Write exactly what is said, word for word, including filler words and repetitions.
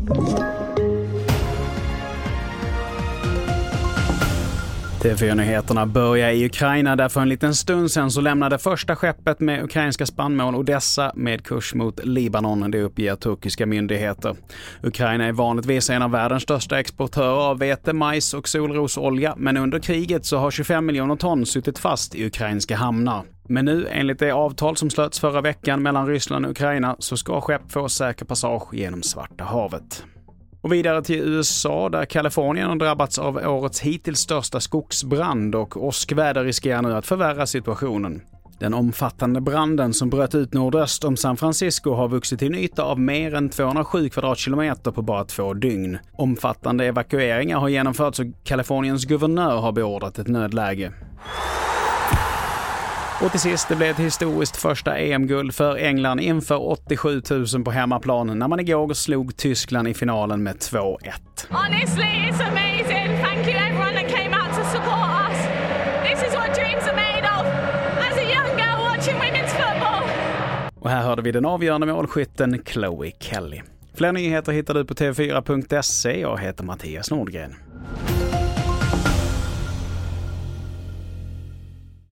T V fyra-nyheterna börjar i Ukraina där för en liten stund sedan så lämnade första skeppet med ukrainska spannmål Odessa med kurs mot Libanon, det uppger turkiska myndigheter. Ukraina är vanligtvis en av världens största exportörer av vete, majs och solrosolja, men under kriget så har tjugofem miljoner ton suttit fast i ukrainska hamnar. Men nu, enligt det avtal som slöts förra veckan mellan Ryssland och Ukraina, så ska skepp få säker passage genom Svarta havet. Och vidare till U S A där Kalifornien har drabbats av årets hittills största skogsbrand och åskväder riskerar nu att förvärra situationen. Den omfattande branden som bröt ut nordöst om San Francisco har vuxit till en yta av mer än tvåhundrasju kvadratkilometer på bara två dygn. Omfattande evakueringar har genomförts och Kaliforniens guvernör har beordrat ett nödläge. Och till sist, det blev ett historiskt första E M-guld för England inför åttiosju tusen på hemmaplan när man igår slog Tyskland i finalen med två ett. Honestly, it's amazing. Thank you everyone that came out to support us. This is what dreams are made of. As a young girl watching women's football. Och här hörde vi den avgörande målskytten Chloe Kelly. Fler nyheter hittar du på t v fyra punkt se. Jag heter Mattias Nordgren.